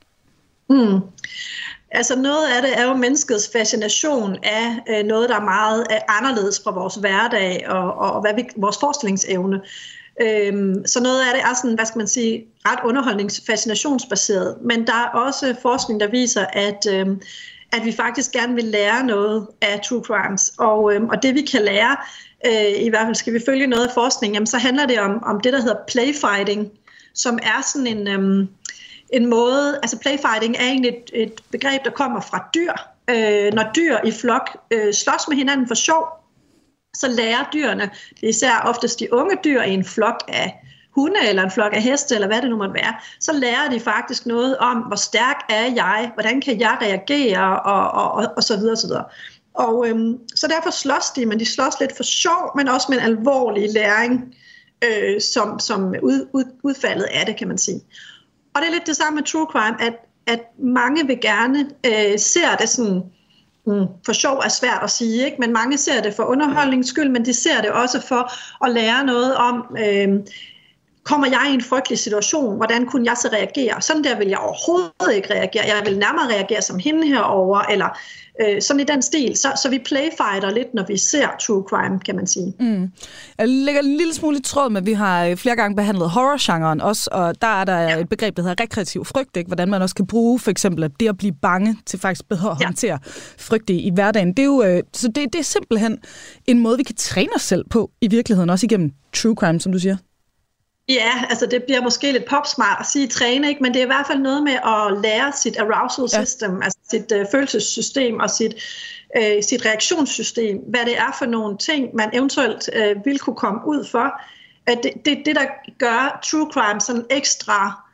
Altså noget af det er jo menneskets fascination af noget, der er meget anderledes fra vores hverdag og vores forestillingsevne. Så noget af det er sådan, hvad skal man sige, ret fascinationsbaseret, men der er også forskning, der viser, at vi faktisk gerne vil lære noget af true crimes, og det vi kan lære, i hvert fald skal vi følge noget af forskningen, jamen, så handler det om det, der hedder playfighting, som er sådan en måde, altså playfighting er egentlig et begreb, der kommer fra dyr. Når dyr i flok slås med hinanden for sjov, så lærer dyrene, det er især oftest de unge dyr i en flok af hunde eller en flok af heste, eller hvad det nu måtte være, så lærer de faktisk noget om, hvor stærk er jeg, hvordan kan jeg reagere, og så videre, så videre. Og så derfor slås de, men de slås lidt for sjov, men også med en alvorlig læring, som udfaldet af det, kan man sige. Og det er lidt det samme med true crime, at mange vil gerne ser det sådan, for sjov er svært at sige, ikke? Men mange ser det for underholdnings skyld, men de ser det også for at lære noget om kommer jeg i en frygtelig situation, hvordan kunne jeg så reagere? Sådan der vil jeg overhovedet ikke reagere. Jeg vil nærmere reagere som hende herover, eller sådan i den stil. Så vi playfighter lidt, når vi ser true crime, kan man sige. Jeg lægger en lille smule i tråd med, vi har flere gange behandlet horrorgenren også, og der er der et begreb, der hedder rekreativ frygt, ikke? Hvordan man også kan bruge for eksempel det at blive bange til faktisk bedre at håndtere frygt i hverdagen. Det er jo, så det er simpelthen en måde, vi kan træne os selv på i virkeligheden, også igennem true crime, som du siger. Ja, altså det bliver måske lidt popsmart at sige træne, ikke? Men det er i hvert fald noget med at lære sit arousal system, altså sit følelsessystem og sit reaktionssystem, hvad det er for nogle ting, man eventuelt vil kunne komme ud for. Det, der gør true crime sådan ekstra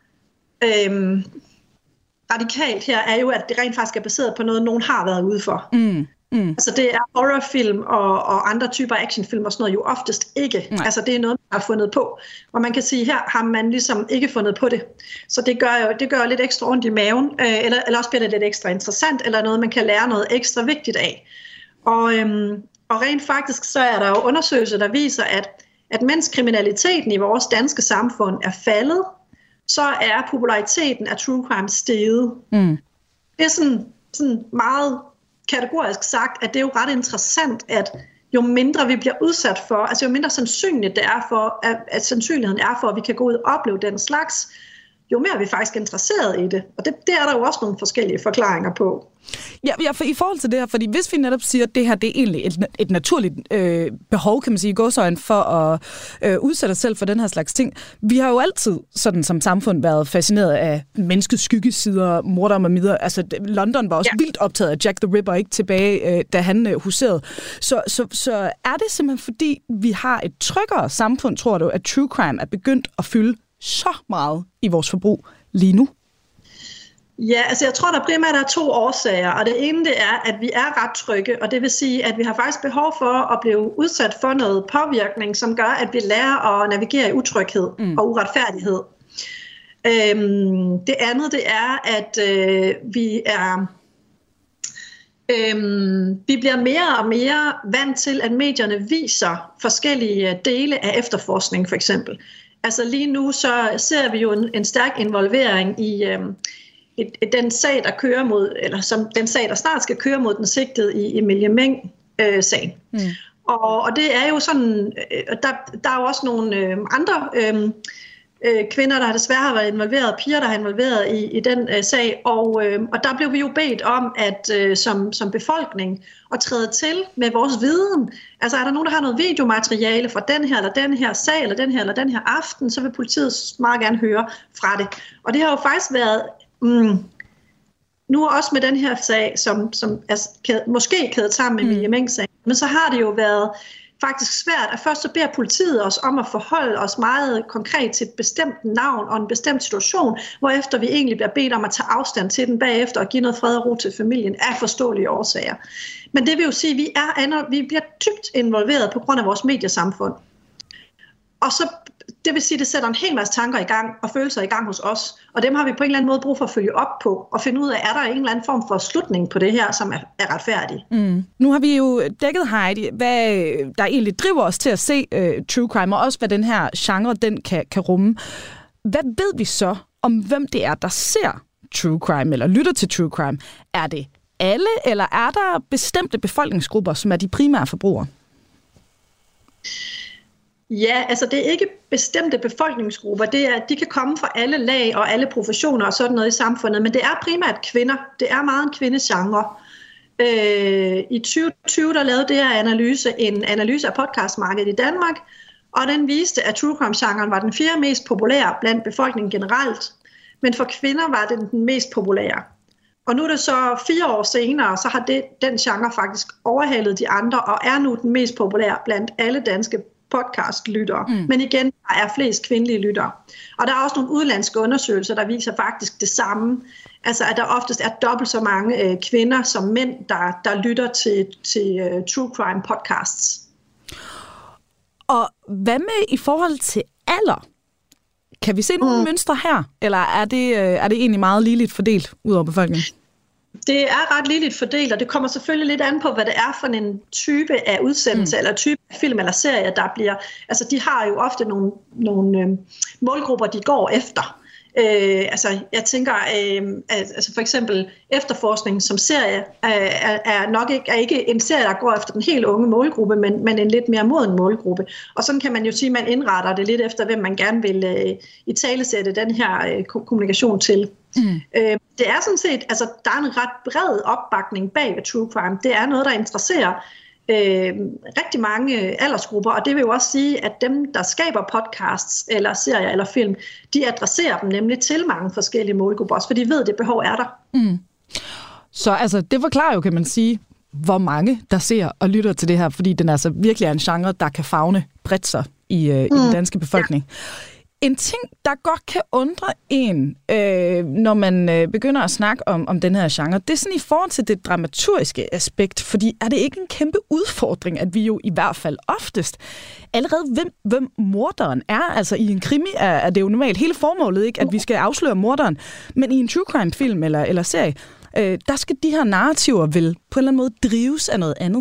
radikalt her, er jo, at det rent faktisk er baseret på noget, nogen har været ude for. Altså det er horrorfilm og andre typer actionfilm og sådan noget jo oftest ikke. Nej. Altså det er noget, man har fundet på. Og man kan sige, her har man ligesom ikke fundet på det. Så det gør lidt ekstra ondt i maven, eller også bliver det lidt ekstra interessant, eller noget, man kan lære noget ekstra vigtigt af. Og rent faktisk så er der jo undersøgelser, der viser, at mens kriminaliteten i vores danske samfund er faldet, så er populariteten af true crime steget. Det er sådan meget kategorisk sagt, at det er jo ret interessant, at jo mindre vi bliver udsat for, altså jo mindre sandsynligt det er for, at sandsynligheden er for, at vi kan gå ud og opleve den slags, jo mere er vi faktisk interesseret i det. Og det er der jo også nogle forskellige forklaringer på. Ja, for i forhold til det her, fordi hvis vi netop siger, at det her det er egentlig et naturligt behov, kan man sige, i gåseøjne for at udsætte os selv for den her slags ting. Vi har jo altid, sådan som samfund, været fascineret af menneskets skyggesider, mordere med midler. Altså, London var også vildt optaget af Jack the Ripper, ikke tilbage, da han huserede. Så er det simpelthen, fordi vi har et tryggere samfund, tror du, at true crime er begyndt at fylde så meget i vores forbrug lige nu? Ja, altså jeg tror, der primært er 2 årsager, og det ene det er, at vi er ret trygge, og det vil sige, at vi har faktisk behov for at blive udsat for noget påvirkning, som gør, at vi lærer at navigere i utryghed og uretfærdighed. Det andet det er, at vi bliver mere og mere vant til, at medierne viser forskellige dele af efterforskning, for eksempel. Altså lige nu så ser vi jo en stærk involvering i den sag, der kører mod, eller som den sag, der snart skal køre mod den sigtede i Emilie Meng-sagen. Og det er jo sådan, der er jo også nogle andre kvinder, der desværre har været involveret, piger, der har involveret i den sag, og der blev vi jo bedt om, at som befolkning, at træde til med vores viden. Altså er der nogen, der har noget videomateriale fra den her, eller den her sag, eller den her aften, så vil politiet meget gerne høre fra det. Og det har jo faktisk været, nu også med den her sag, som er måske kædet sammen med Emilie Meng-sagen, men så har det jo været faktisk svært, at først så beder politiet os om at forholde os meget konkret til et bestemt navn og en bestemt situation, hvorefter vi egentlig bliver bedt om at tage afstand til den bagefter og give noget fred og ro til familien af forståelige årsager. Men det vil jo sige, at vi bliver dybt involveret på grund af vores mediesamfund. Og så, det vil sige, at det sætter en hel masse tanker i gang og følelser i gang hos os, og dem har vi på en eller anden måde brug for at følge op på og finde ud af, er der en eller anden form for slutning på det her, som er retfærdig. Nu har vi jo dækket, Heidi, hvad der egentlig driver os til at se true crime, og også hvad den her genre den kan rumme. Hvad ved vi så om, hvem det er, der ser true crime eller lytter til true crime? Er det alle, eller er der bestemte befolkningsgrupper, som er de primære forbrugere? Ja, altså det er ikke bestemte befolkningsgrupper. De kan komme fra alle lag og alle professioner og sådan noget i samfundet, men det er primært kvinder. Det er meget en kvindegenre. I 2020 der lavede det her en analyse af podcastmarkedet i Danmark, og den viste, at true crime-genren var den 4. mest populære blandt befolkningen generelt, men for kvinder var det den mest populære. Og nu er det så 4 år senere, så har den genre faktisk overhalet de andre, og er nu den mest populære blandt alle danske podcastlyttere. Men igen, der er flest kvindelige lyttere. Og der er også nogle udlandske undersøgelser, der viser faktisk det samme. Altså, at der oftest er dobbelt så mange kvinder som mænd, der lytter til true crime podcasts. Og hvad med i forhold til alder? Kan vi se nogle mønstre her? Eller er det egentlig meget ligeligt fordelt ud over befolkningen? Det er ret ligeligt fordelt, og det kommer selvfølgelig lidt an på, hvad det er for en type af udsendelse, eller type af film eller serie, der bliver. Altså, de har jo ofte nogle målgrupper, de går efter. Jeg tænker, for eksempel efterforskning som serie er nok ikke en serie, der går efter den helt unge målgruppe, men en lidt mere moden målgruppe. Og sådan kan man jo sige, at man indretter det lidt efter, hvem man gerne vil italesætte den her kommunikation til. Det er sådan set, altså der er en ret bred opbakning bag ved true crime. Det er noget, der interesserer rigtig mange aldersgrupper, og det vil jo også sige, at dem, der skaber podcasts eller serier eller film, de adresserer dem nemlig til mange forskellige målgrupper, også for de ved, at det behov er der. Så altså, det forklarer jo, kan man sige, hvor mange der ser og lytter til det her, fordi den altså virkelig er en genre, der kan favne bredt sig i den danske befolkning. Ja. En ting, der godt kan undre en, når man begynder at snakke om den her genre, det er sådan i forhold til det dramaturgiske aspekt, fordi er det ikke en kæmpe udfordring, at vi jo i hvert fald oftest allerede hvem morderen er? Altså i en krimi er det jo normalt hele formålet, ikke, at vi skal afsløre morderen, men i en true crime film eller serie, der skal de her narrativer vel på en eller anden måde drives af noget andet.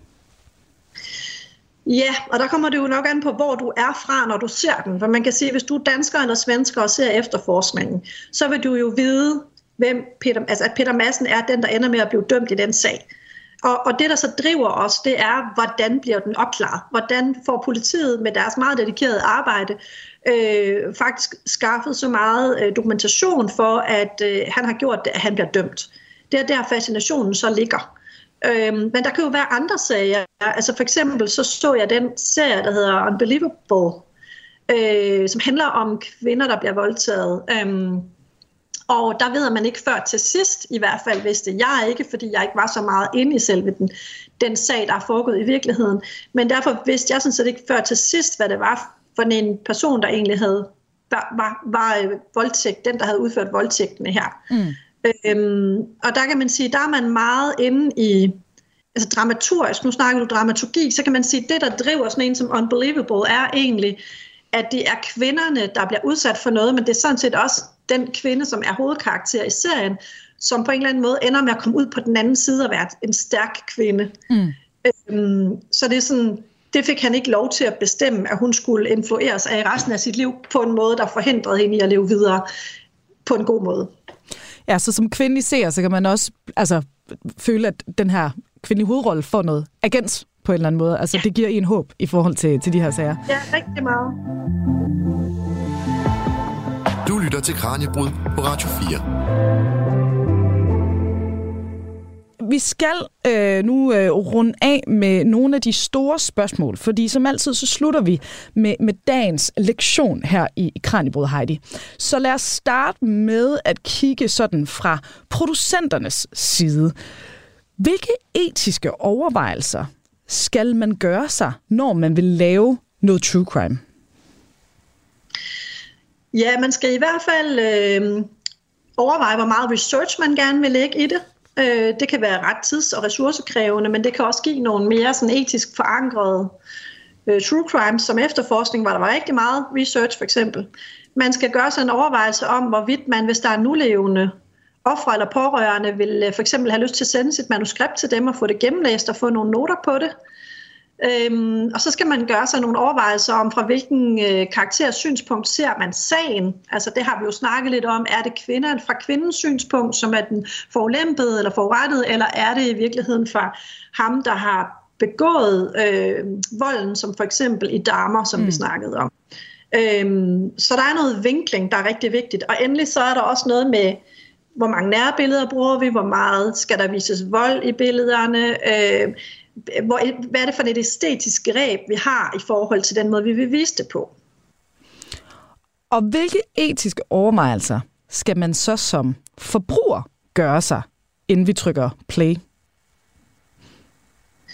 Ja, og der kommer det jo nok an på, hvor du er fra, når du ser den. For man kan sige, at hvis du er dansker eller svensker og ser efterforskningen, så vil du jo vide, at Peter Madsen er den, der ender med at blive dømt i den sag. Og det, der så driver os, det er, hvordan bliver den opklaret? Hvordan får politiet med deres meget dedikerede arbejde faktisk skaffet så meget dokumentation for, at han har gjort det, at han bliver dømt? Det er der fascinationen så ligger. Men der kan jo være andre sager. Altså for eksempel så jeg den serie, der hedder Unbelievable, som handler om kvinder, der bliver voldtaget. Og der ved man ikke før til sidst, i hvert fald vidste jeg ikke, fordi jeg ikke var så meget inde i selve den sag, der er foregået i virkeligheden. Men derfor vidste jeg sådan set ikke før til sidst, hvad det var for en person, der egentlig var voldtægt, den der havde udført voldtægtene her. Og der kan man sige, der er man meget inde i altså dramaturgisk, nu snakker du dramaturgi, så kan man sige, at det, der driver sådan en som Unbelievable, er egentlig, at det er kvinderne, der bliver udsat for noget, men det er sådan set også den kvinde, som er hovedkarakter i serien, som på en eller anden måde ender med at komme ud på den anden side og være en stærk kvinde. Så det er sådan, det fik han ikke lov til at bestemme, at hun skulle influeres af resten af sit liv på en måde, der forhindrede hende i at leve videre på en god måde. Ja, så som kvindelig seer, så kan man også føle, at den her kvindelige hovedrolle får noget agens på en eller anden måde. Altså, det giver en håb i forhold til de her sager. Ja, rigtig meget. Du lytter til Kraniebrud på Radio 4. Vi skal nu runde af med nogle af de store spørgsmål, fordi som altid så slutter vi med dagens lektion her i Kraniebrud, Heidi. Så lad os starte med at kigge sådan fra producenternes side. Hvilke etiske overvejelser skal man gøre sig, når man vil lave noget true crime? Ja, man skal i hvert fald overveje, hvor meget research man gerne vil lægge i det. Det kan være ret tids- og ressourcekrævende, men det kan også give nogle mere sådan etisk forankrede true crime som efterforskning, hvor der var rigtig meget research for eksempel. Man skal gøre sig en overvejelse om, hvorvidt man, hvis der er nulevende ofre eller pårørende, vil for eksempel have lyst til at sende sit manuskript til dem og få det gennemlæst og få nogle noter på det. Og så skal man gøre sig nogle overvejelser om, fra hvilken karakters synspunkt ser man sagen. Altså det har vi jo snakket lidt om. Er det kvinden fra kvindens synspunkt, som er den forulempede eller forurettede, eller er det i virkeligheden fra ham, der har begået volden, som for eksempel i Dahmer, som vi snakkede om. Så der er noget vinkling, der er rigtig vigtigt. Og endelig så er der også noget med, hvor mange nærbilleder bruger vi, hvor meget skal der vises vold i billederne, hvad er det for et æstetisk greb, vi har i forhold til den måde, vi vil vise det på. Og hvilke etiske overvejelser skal man så som forbruger gøre sig, inden vi trykker play?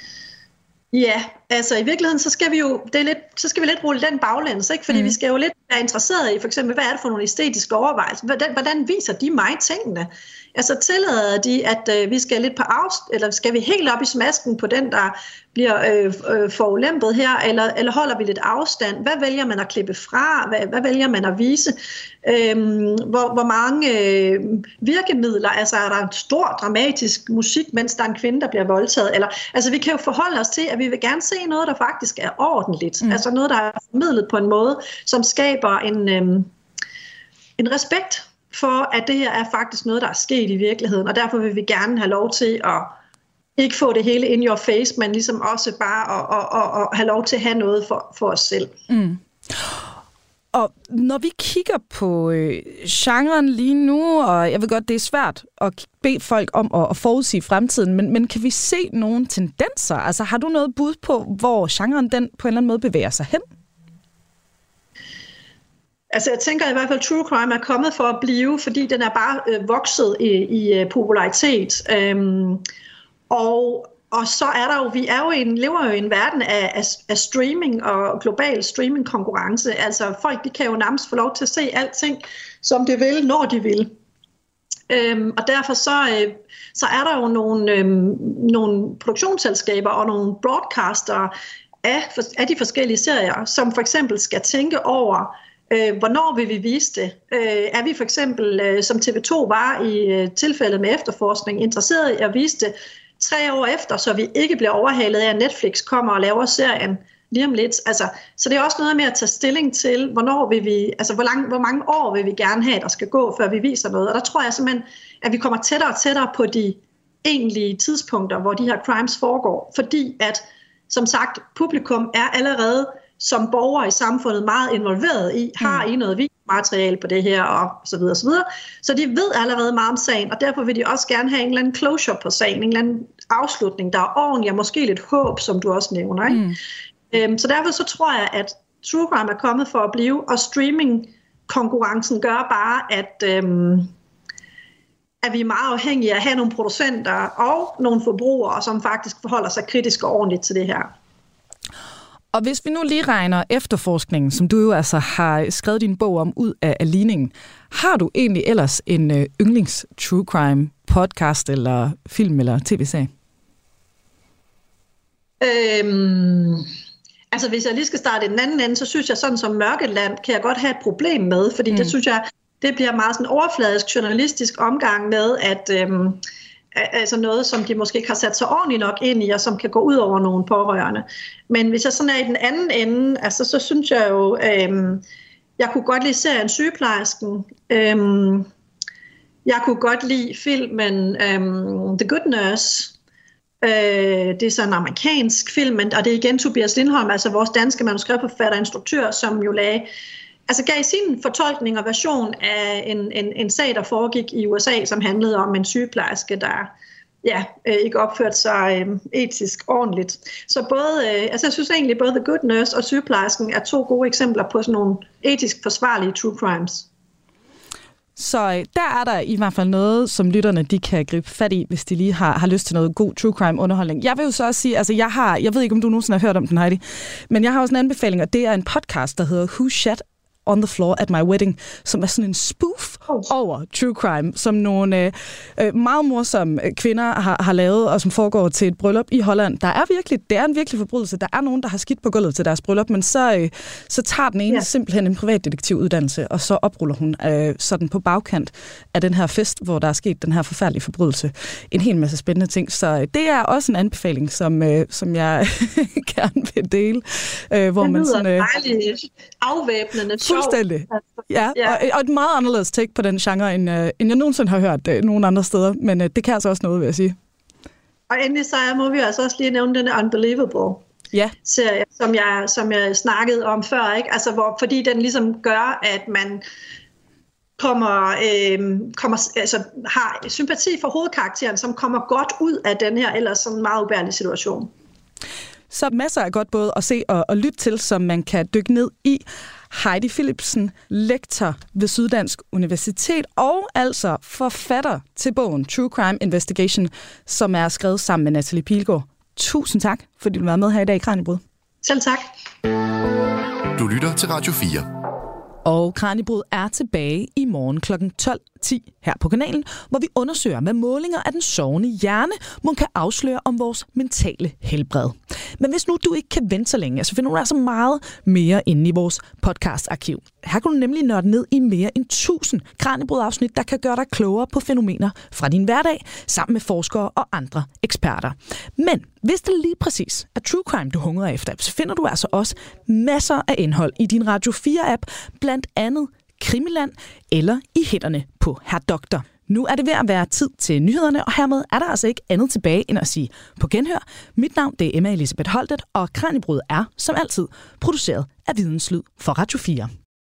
Ja, altså i virkeligheden, så skal vi jo lidt rulle den baglæns, ikke? Fordi vi skal jo lidt er interesseret i, for eksempel, hvad er det for nogle æstetiske overvejelser? Hvordan viser de mig tingene? Altså tillader de, at vi skal lidt på eller skal vi helt op i smasken på den, der bliver forulempet her, eller holder vi lidt afstand? Hvad vælger man at klippe fra? Hvad vælger man at vise? Hvor mange virkemidler? Altså er der en stor dramatisk musik, mens der er en kvinde, der bliver voldtaget? Altså vi kan jo forholde os til, at vi vil gerne se noget, der faktisk er ordentligt. Altså noget, der er formidlet på en måde, som skaber en respekt for, at det her er faktisk noget, der er sket i virkeligheden, og derfor vil vi gerne have lov til at ikke få det hele in your face, men ligesom også bare at have lov til at have noget for os selv. Mm. Og når vi kigger på genren lige nu, og jeg ved godt, det er svært at bede folk om at forudsige fremtiden, men kan vi se nogle tendenser? Altså har du noget bud på, hvor genren den på en eller anden måde bevæger sig hen? Altså jeg tænker i hvert fald, at true crime er kommet for at blive, fordi den er bare vokset i popularitet. Og så er der jo, lever jo i en verden af streaming og global streaming-konkurrence. Altså folk, de kan jo nærmest få lov til at se alting, som de vil, når de vil. Og derfor så er der jo nogle produktionsselskaber og nogle broadcastere af de forskellige serier, som for eksempel skal tænke over, hvornår vil vi vise det? Er vi for eksempel, som TV2 var i tilfældet med efterforskning, interesseret i at vise det 3 år efter, så vi ikke bliver overhalet af, at Netflix kommer og laver serien lige om lidt? Altså, så det er også noget med at tage stilling til, hvornår vil vi, altså hvor mange år vil vi gerne have, der skal gå, før vi viser noget. Og der tror jeg simpelthen, at vi kommer tættere og tættere på de egentlige tidspunkter, hvor de her crimes foregår. Fordi at, som sagt, publikum er allerede som borgere i samfundet meget involveret i, har I noget videomateriale på det her, og så videre, så videre. Så de ved allerede meget om sagen, og derfor vil de også gerne have en eller anden closure på sagen, en eller anden afslutning, der er ordentlig, og måske lidt håb, som du også nævner. Ikke? Så derfor så tror jeg, at true crime er kommet for at blive, og streaming-konkurrencen gør bare, at vi er meget afhængige af at have nogle producenter og nogle forbrugere, som faktisk forholder sig kritisk og ordentligt til det her. Og hvis vi nu lige regner efterforskningen, som du jo altså har skrevet din bog om, ud af ligningen, har du egentlig ellers en yndlings true crime podcast eller film eller tv-serie? Altså hvis jeg lige skal starte i den anden ende, så synes jeg sådan som Mørkeland kan jeg godt have et problem med, fordi det synes jeg, det bliver meget sådan overfladisk journalistisk omgang med, at altså noget, som de måske ikke har sat sig ordentligt nok ind i, og som kan gå ud over nogle pårørende. Men hvis jeg sådan er i den anden ende, altså, så synes jeg jo, jeg kunne godt lide serien Sygeplejersken. Jeg kunne godt lide filmen The Good Nurse. Det er så en amerikansk film, og det er igen Tobias Lindholm, altså vores danske manuskriptforfatter og instruktør, som jo gav sin fortolkning og version af en sag, der foregik i USA, som handlede om en sygeplejerske, der ikke opførte sig etisk ordentligt. Så jeg synes egentlig, både The Good Nurse og Sygeplejersken er 2 gode eksempler på sådan nogle etisk forsvarlige true crimes. Så der er der i hvert fald noget, som lytterne de kan gribe fat i, hvis de lige har lyst til noget god true crime underholdning. Jeg vil jo så også sige, altså jeg ved ikke, om du nogensinde har hørt om den, Heidi, men jeg har også en anbefaling, og det er en podcast, der hedder Who Shat on the Floor at My Wedding, som er sådan en spoof over true crime, som nogle meget morsomme kvinder har lavet, og som foregår til et bryllup i Holland. Det er en virkelig forbrydelse. Der er nogen, der har skidt på gulvet til deres bryllup, men så tager den ene simpelthen en privatdetektivuddannelse, og så opruller hun sådan på bagkant af den her fest, hvor der er sket den her forfærdelige forbrydelse. En hel masse spændende ting. Så det er også en anbefaling, som jeg gerne vil dele. Hvor det man lyder sådan dejligt afvæbnende. Fuldstændig. Ja. Og et meget anderledes take på den genre, end jeg nogensinde har hørt nogen andre steder. Men det kan altså også noget, vil jeg sige. Og endelig så må vi altså også lige nævne den Unbelievable serie, som jeg snakkede om før. Ikke? Altså, fordi den ligesom gør, at man har sympati for hovedkarakteren, som kommer godt ud af den her ellers sådan meget ubærlige situation. Så masser af godt både at se og lytte til, som man kan dykke ned i. Heidi Philipsen, lektor ved Syddansk Universitet og altså forfatter til bogen True Crime Investigation, som er skrevet sammen med Natalie Pilgaard. Tusind tak, fordi du var med her i dag i Kraniebrud. Selv tak. Du lytter til Radio 4. Og Kraniebrud er tilbage i morgen kl. 12:10 her på kanalen, hvor vi undersøger, hvad målinger af den sovende hjerne må kan afsløre om vores mentale helbred. Men hvis nu du ikke kan vente så længe, så finder du altså meget mere inde i vores podcastarkiv. Her kan du nemlig nørde ned i mere end 1000 Kraniebrud-afsnit, der kan gøre dig klogere på fænomener fra din hverdag, sammen med forskere og andre eksperter. Men hvis det lige præcis er true crime, du hungrer efter, så finder du altså også masser af indhold i din Radio 4-app, blandt andet Krimiland eller i hænderne på Herr Doktor. Nu er det ved at være tid til nyhederne, og hermed er der altså ikke andet tilbage end at sige på genhør. Mit navn det er Emma Elisabeth Holtet, og Kraniebrud er, som altid, produceret af Videnslyd for Radio 4.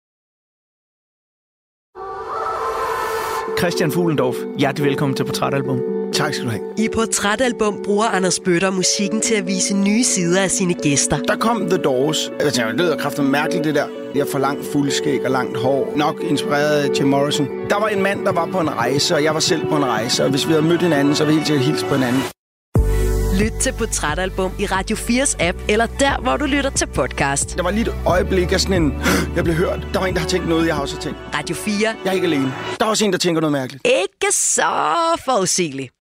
Christian Fuglendorf, hjertelig velkommen til Portrætalbum. Tak skal du have. I Portrætalbum bruger Anders Bøtter musikken til at vise nye sider af sine gæster. Der kom The Doors. Jeg tænkte, det lyder kraftigt mærkeligt, det der. Jeg får langt fuldskæg og langt hår. Nok inspireret af Jim Morrison. Der var en mand, der var på en rejse, og jeg var selv på en rejse. Og hvis vi havde mødt hinanden, så ville vi helt sikkert hilse på hinanden. Lyt til Portrætalbum i Radio 4's app, eller der, hvor du lytter til podcast. Der var lige et øjeblik af sådan en... Jeg blev hørt. Der var en, der har tænkt noget, jeg har også tænkt. Radio 4. Jeg er ikke alene. Der er også en, der tænker noget mærkeligt. Ikke så forudsigeligt.